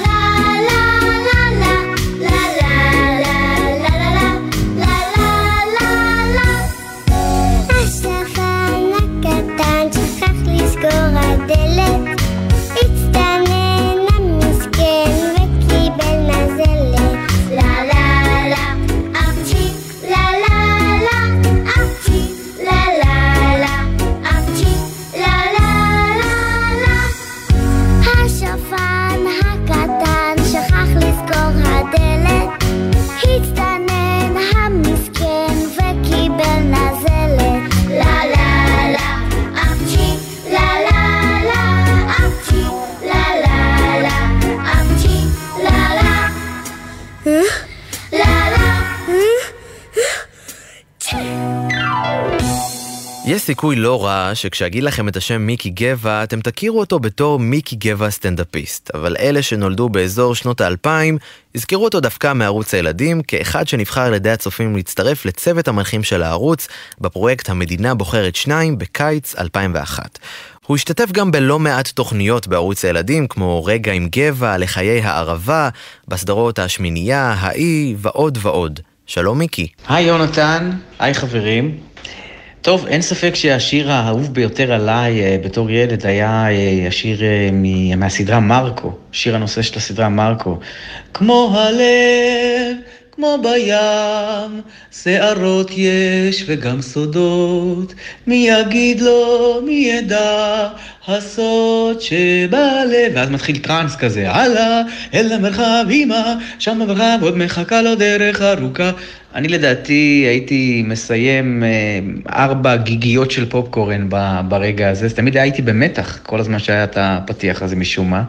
יש סיכוי לא רע שכשאגיד לכם את השם מיקי גבע, אתם תכירו אותו בתור מיקי גבע סטנדאפיסט, אבל אלה שנולדו באזור שנות האלפיים, יזכרו אותו דווקא מערוץ הילדים, כאחד שנבחר על ידי הצופים להצטרף לצוות המנחים של הערוץ, בפרויקט המדינה בוחרת שניים בקיץ אלפיים ואחת. הוא השתתף גם בלא מעט תוכניות בערוץ הילדים, כמו רגע עם גבע, לחיי הערבה, בסדרות השמינייה, האי ועוד ועוד. שלום מיקי. היי יונתן, היי חברים. טוב, אין ספק שהשיר האהוב ביותר עליי בתור ילד היה השיר מהסדרה מרקו, שיר הנושא של הסדרה מרקו. כמו הלב, כמו בים, שערות יש וגם סודות, מי יגיד לו, מי ידע, הסוד שבלב. ואז מתחיל טרנס כזה, הלאה, אל המרחב אימא, שם במרחב עוד מחכה לו דרך ארוכה. אני לדעתי הייתי מסיים ארבע גיגיות של פופקורן ברגע הזה, אז תמיד הייתי במתח כל הזמן שהיה את הפתיח הזה משום מה.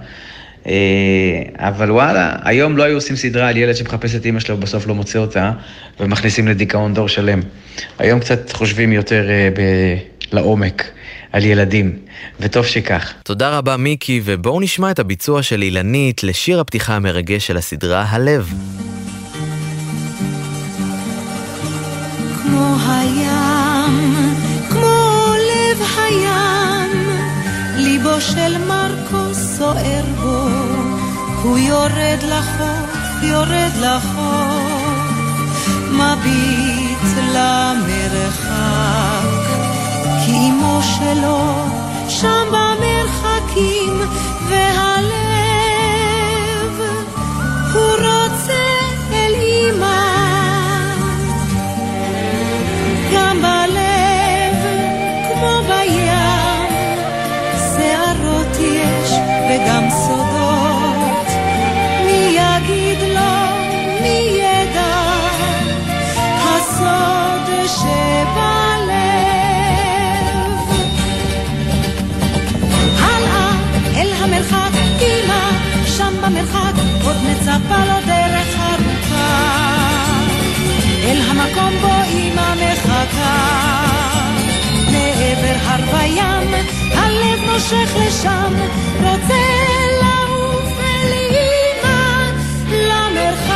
אבל וואלה, היום לא היו עושים סדרה על ילד שמחפש את אמא שלו ובסוף לא מוצא אותה, ומכניסים לדיכאון דור שלם. היום קצת חושבים יותר ב- לעומק על ילדים, וטוב שכך. תודה רבה מיקי, ובואו נשמע את הביצוע של אילנית לשיר הפתיחה המרגש של הסדרה הלב. כמו הים, כמו לב הים, ליבו של מרקו סוער בו, הוא יורד לחוף, יורד לחוף, מביט למרחק, כי אמו שלו שם במרחקים, והלב הוא רוצה אל אמא. גם בלב, כמו בים, שערות יש וגם סודות, מי יגיד לו, מי ידע, הסוד שבלב. הלאה, אל המרחק, אמא, שם במרחק, עוד מצפה לו דרך ארוכה. אל המקום בו אמא מחכה, מעבר הר וים, הלב מושך לשם, רוצה לעוף אל אמא למרחק.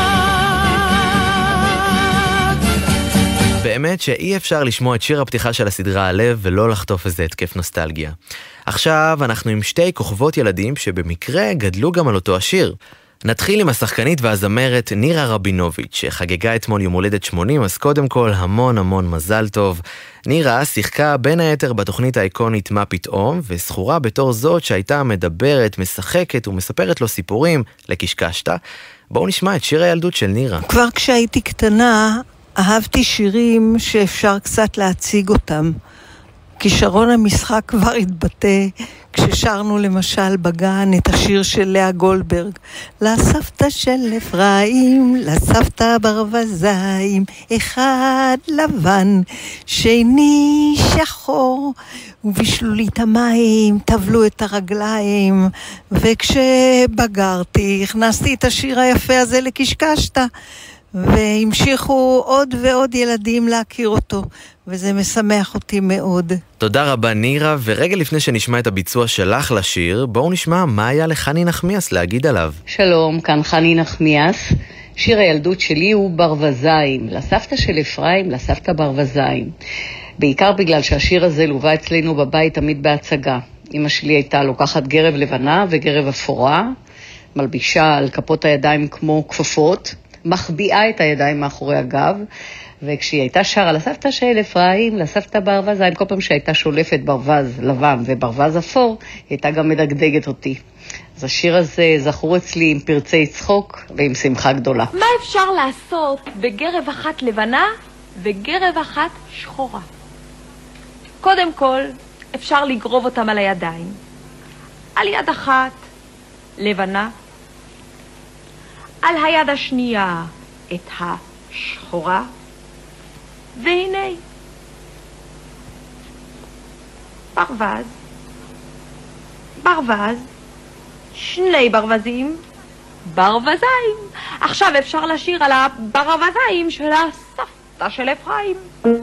באמת שאי אפשר לשמוע את שיר הפתיחה של הסדרה הלב ולא לחטוף איזה התקף נוסטלגיה. עכשיו אנחנו עם שתי כוכבות ילדים שבמקרה גדלו גם על אותו השיר. נתחיל עם השחקנית והזמרת נירה רבינוביץ' שחגגה אתמול יום הולדת שמונים, אז קודם כל המון המון מזל טוב. נירה שיחקה בין היתר בתוכנית האיקונית מה פתאום, וזכורה בתור זאת שהייתה מדברת, משחקת ומספרת לו סיפורים לקשקשתה. בואו נשמע את שיר הילדות של נירה. כבר כשהייתי קטנה אהבתי שירים שאפשר קצת להציג אותם. כישרון המשחק כבר התבטא כששרנו למשל בגן את השיר של לאה גולדברג, לסבתא של אפרים, לסבתא ברווזיים, אחד לבן, שני שחור, ובשלולית המים טבלו את הרגליים, וכשבגרתי הכנסתי את השיר היפה הזה לקשקשתה, והמשיכו עוד ועוד ילדים להכיר אותו, וזה משמח אותי מאוד. תודה רבה נירה, ורגע לפני שנשמע את הביצוע שלך לשיר, בואו נשמע מה היה לחני נחמיאס להגיד עליו. שלום, כאן חני נחמיאס. שיר הילדות שלי הוא ברווזיים, לסבתא של אפרים, לסבתא ברווזיים. בעיקר בגלל שהשיר הזה לובה אצלנו בבית תמיד בהצגה. אמא שלי הייתה לוקחת גרב לבנה וגרב אפורה, מלבישה על כפות הידיים כמו כפפות, מחביאה את הידיים מאחורי הגב, וכשהיא הייתה שרה לסבתא של אפרים, לסבתא ברווזיים, כל פעם שהייתה שולפת ברווז לבן וברווז אפור, היא הייתה גם מדגדגת אותי. אז השיר הזה זכור אצלי עם פרצי צחוק ועם שמחה גדולה. מה אפשר לעשות בגרב אחת לבנה וגרב אחת שחורה? קודם כל, אפשר לגרוב אותם על הידיים. על יד אחת לבנה, על היד השנייה את השחורה, והנה ברווז, ברווז, שני ברווזים, ברווזיים. עכשיו אפשר לשיר על הברווזיים של הסבתא של אפרים.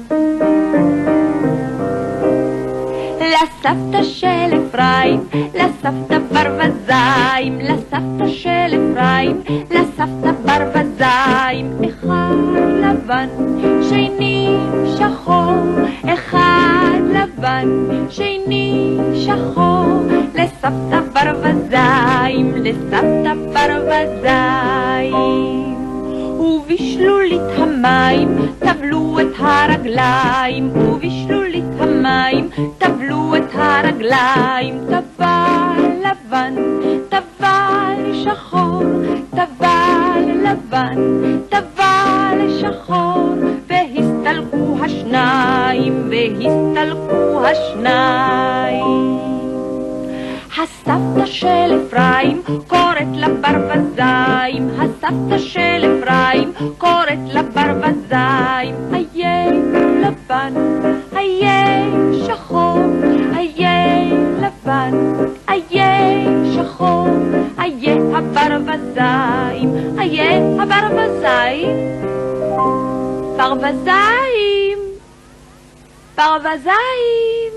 לסבתא של אפרים, לסבתא ברווזיים, לסבתא של אפרים, לסבתא ברווזיים. אחד לבן, שני שחור, אחד לבן, שני שחור, לסבתא ברווזיים, לסבתא ברווזיים. ובשלולית המים טבלו את הרגליים, ובשלולית המים טבלו את הרגליים. טבל לבן, טבל שחור, טבל לבן, טבל שחור, והסתלקו השניים, והסתלקו השניים. הסבתא של אפרים קוראת לברווזיים, הסבתא של אפרים קוראת לברווזיים. איי לבן, איי שחור, איי לבן, איי שחור, איי הברווזיים, איי הברווזיים, ברווזיים, ברווזיים.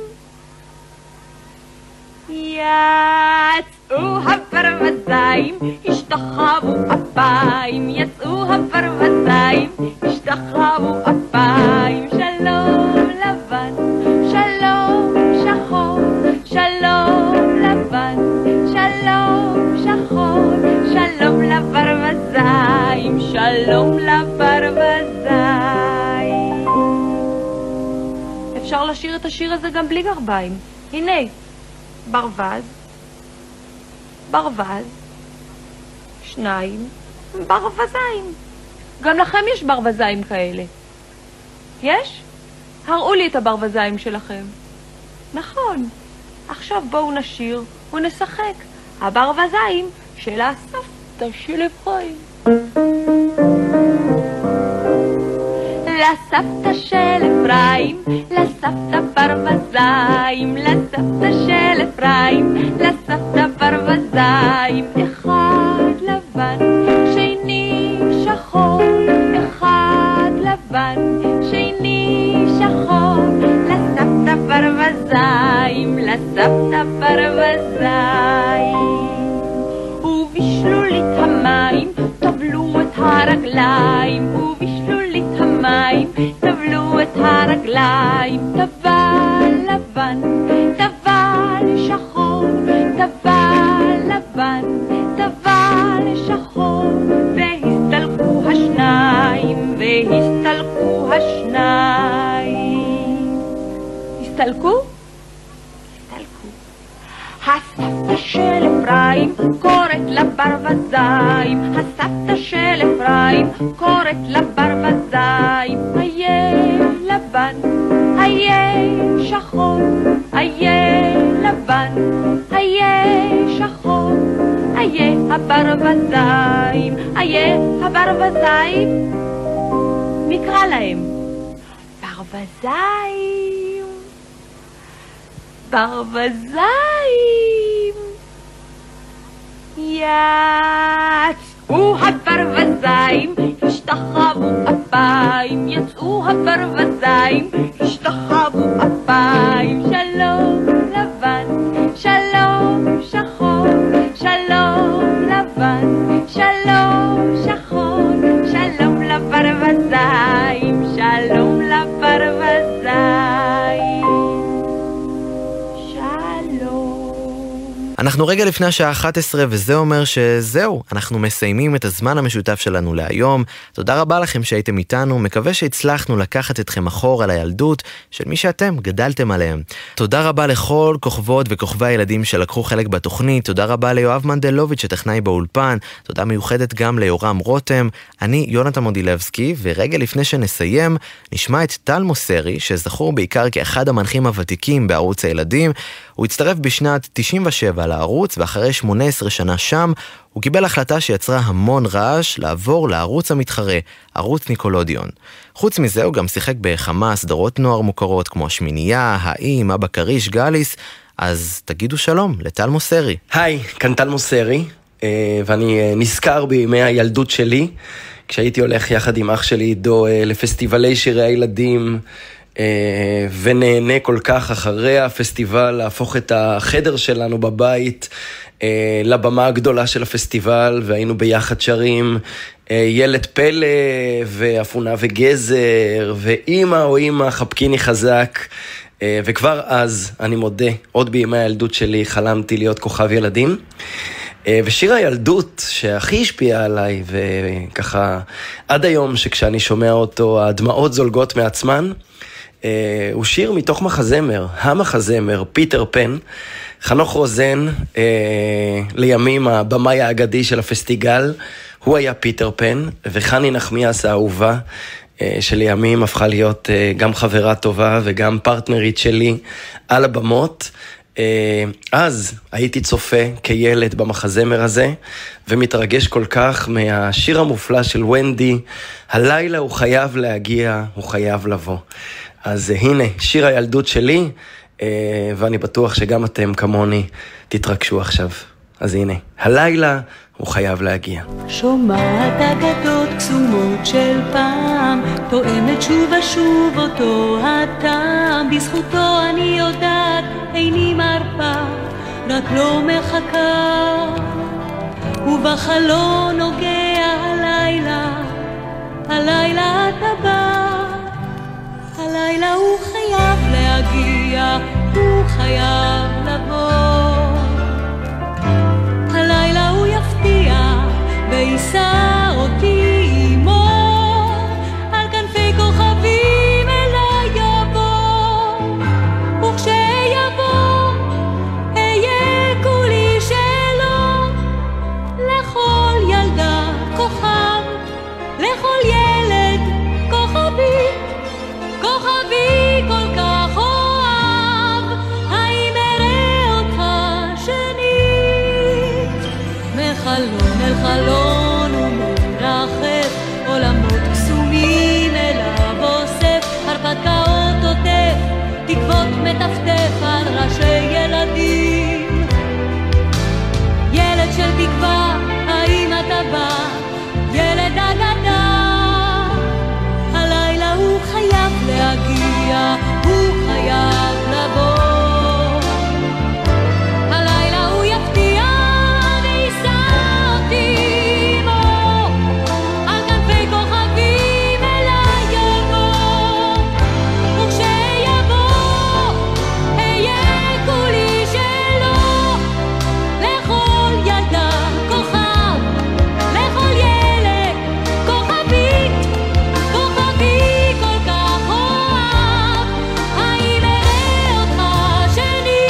יצאו הברווזיים, השתחוו אפיים, יצאו הברווזיים, השתחוו אפיים. שלום לבן, שלום שחור, שלום לבן, שלום שחור, שלום לברווזיים, שלום לברווזיים. אפשר לשיר את השיר הזה גם בלי גרביים. הנה ברווז, ברווז, שניים, ברווזיים. גם לכם יש ברווזיים כאלה. יש? הראו לי את הברווזיים שלכם. נכון. עכשיו בואו נשיר ונשחק. הברווזיים של הסבתא של אפרים. לסבתא של אפרים, לסבתא ברווזיים, לסבתא של אפרים, לסבתא ברווזיים. אחד לבן, שני שחור, אחד לבן, שני שחור, לסבתא ברווזיים, לסבתא ברווזיים. ובשלולית המים טבלו את הרגליים, ובשלולית המים טבלו את הרגליים. טבל לבן, טבל שחור, טבל לבן, טבל שחור, והסתלקו השניים, והסתלקו השניים. הסתלקו? הסתלקו. הסבתא של אפרים קוראת לברווזיים, הסבתא של אפרים קוראת לברווזיים. איי לבן, איי שחור, איי לבן, איי שחור, איי הברווזיים, איי הברווזיים. נקרא להם ברווזיים, ברווזיים. יצאו הברווזיים, השתחוו אפיים, יצאו הברווזיים, השתחוו אפיים. שלום לבן, שלום שחור, שלום לבן, שלום שחור, אנחנו רגע לפני השעה אחת עשרה, וזה אומר שזהו, אנחנו מסיימים את הזמן המשותף שלנו להיום. תודה רבה לכם שהייתם איתנו, מקווה שהצלחנו לקחת אתכם אחור על הילדות של מי שאתם גדלתם עליהם. תודה רבה לכל כוכבות וכוכבי הילדים שלקחו חלק בתוכנית, תודה רבה ליואב מנדלוביץ' שטכנאי באולפן, תודה מיוחדת גם ליורם רותם, אני יונתן מודילבסקי, ורגע לפני שנסיים, נשמע את טל מוסרי, שזכור בעיקר כאחד המנחים הוותיקים בערוץ הילדים. הוא הצטרף בשנת תשעים ושבע לערוץ, ואחרי שמונה עשרה שנה שם, הוא קיבל החלטה שיצרה המון רעש לעבור לערוץ המתחרה, ערוץ ניקולודיון. חוץ מזה הוא גם שיחק בכמה סדרות נוער מוכרות, כמו השמינייה, האם, אבא קריש, גליס. אז תגידו שלום לטל מוסרי. היי, כאן טל מוסרי, ואני נזכר בימי הילדות שלי, כשהייתי הולך יחד עם אח שלי עידו לפסטיבלי שירי הילדים, ונהנה כל כך אחרי הפסטיבל להפוך את החדר שלנו בבית לבמה הגדולה של הפסטיבל, והיינו ביחד שרים ילד פלא ואפונה וגזר ואמא או אמא חבקיני חזק. וכבר אז, אני מודה, עוד בימי הילדות שלי חלמתי להיות כוכב ילדים. ושיר הילדות שהכי השפיע עליי, וככה עד היום שכשאני שומע אותו הדמעות זולגות מעצמן, הוא שיר מתוך מחזמר, המחזמר, פיטר פן. חנוך רוזן, לימים הבמאי האגדי של הפסטיגל, הוא היה פיטר פן, וחני נחמיאס האהובה, שלימים הפכה להיות גם חברה טובה וגם פרטנרית שלי על הבמות. אז הייתי צופה כילד במחזמר הזה, ומתרגש כל כך מהשיר המופלא של ונדי, הלילה הוא חייב להגיע, הוא חייב לבוא. אז הנה, שיר הילדות שלי, ואני בטוח שגם אתם כמוני תתרגשו עכשיו. אז הנה, הלילה הוא חייב להגיע. שומעת אגדות קסומות של פעם, תואמת שוב ושוב אותו הטעם, בזכותו אני יודעת, איני מרפה, רק לא מחכה, ובחלון נוגע הלילה, הלילה אתה בא, הלילה הוא חייב להגיע, הוא חייב לבוא, הלילה הוא יפתיע וישא אותי עמו, על כנפי כוכבים אליי יבוא, וכשיבוא אהיה כולי שלו, לכל ילדה כוכב, לכל ילד כוכבי, כוכבי כל כך אוהב, האם אראה אותך שנית, מחלון אל חלון ומרחף, עולמות קסומים אליו אוסף, הרפתקאות עוטף, תקוות מטפטף על ראשי ילדים, ילד של תקווה, האם אתה בא, ילד אגדה, הלילה הוא חייב להגיע, הוא חייב לבוא, הלילה הוא יפתיע וישא אותי עמו, על כנפי כוכבים אליי יבוא, וכשיבוא אהיה כולי שלו, לכל ילדה כוכב, לכל ילד כוכבית, כוכבי כל כך אוהב, האם אראה אותך שנית,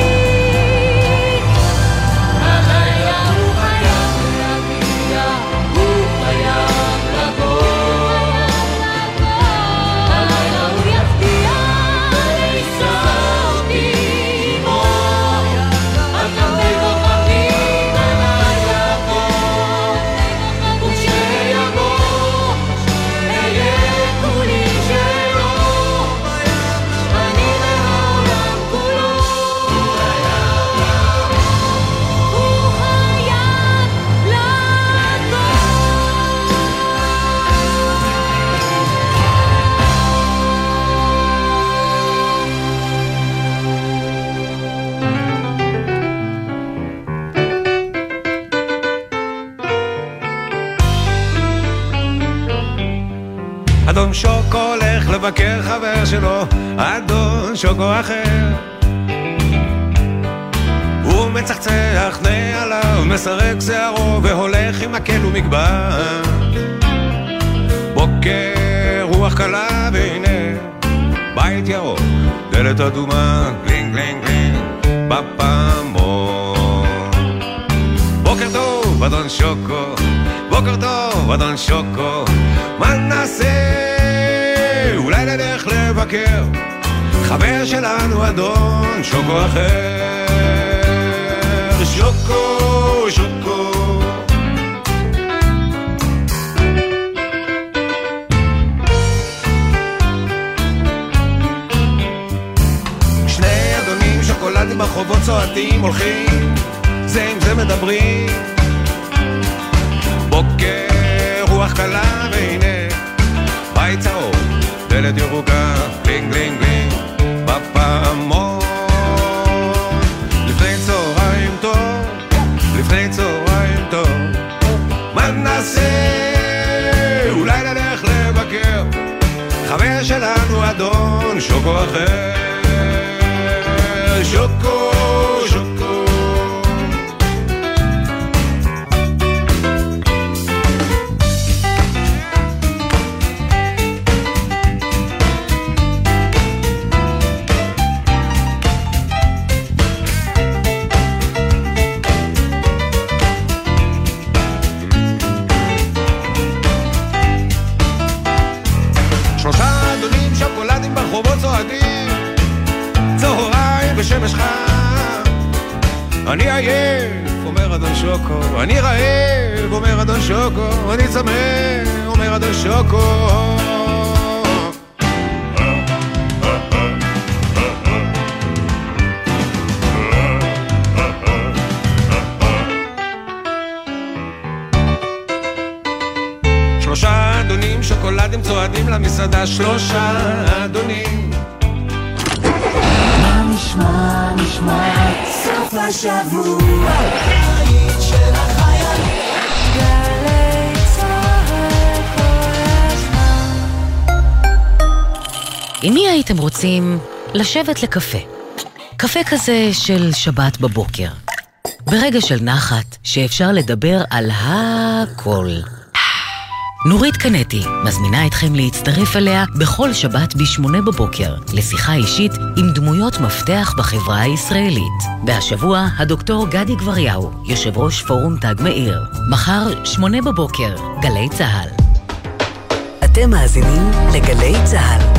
הלילה הוא חייב להגיע, הוא חייב לבוא, הלילה הוא יפתיע וישא אותי עמו, על כנפי כוכבים אליי יבוא, וכשיבוא אהיה כולי שלו, אני והעולם כולו, הוא חייב אדון שוקו הולך לבקר חבר שלו, אדון שוקו אחר, הוא מצחצח נעליו, מסרק שערו והולך עם מקל ומגבר. בוקר רוח קלה והנה בית ירוק, דלת אדומה, גלינג גלינג גלינג בפעמון. בוקר טוב אדון שוקו, בוקר טוב אדון שוקו, מה נעשה? אולי נלך לבקר חבר שלנו אדון שוקו אחר. שוקו, שוקו שני אדונים שוקולדים ברחובות צועדים, הולכים זה עם זה מדברים. בוקר רוח קלה והנה בית צהוב, דלת ירוקה, גלינג גלינג גלינג בפעמון. לפני צהריים טוב, לפני צהריים טוב, מה נעשה? אולי נלך לבקר חבר שלנו אדון שוקו אחר. שוקו, שוקו ברחובות צועדים, צהריים בשמש חם. אני עייף, אומר אדון שוקו, אני רעב, אומר אדון שוקו, אני צמא, אומר אדון שוקו. שלושה אדונים שוקולדים צועדים למסעדה, שלושה אדונים. מה נשמע, נשמע סוף השבוע, בית של החיילים, גלי צהל כל הזמן. עם מי הייתם רוצים לשבת לקפה? קפה כזה של שבת בבוקר, ברגע של נחת שאפשר לדבר על הכל. נורית קנטי מזמינה אתכם להצטרף אליה בכל שבת בשמונה בבוקר לשיחה אישית עם דמויות מפתח בחברה הישראלית. והשבוע הדוקטור גדי גבריהו, יושב ראש פורום תג מאיר. מחר שמונה בבוקר, גלי צהל. אתם מאזינים לגלי צהל.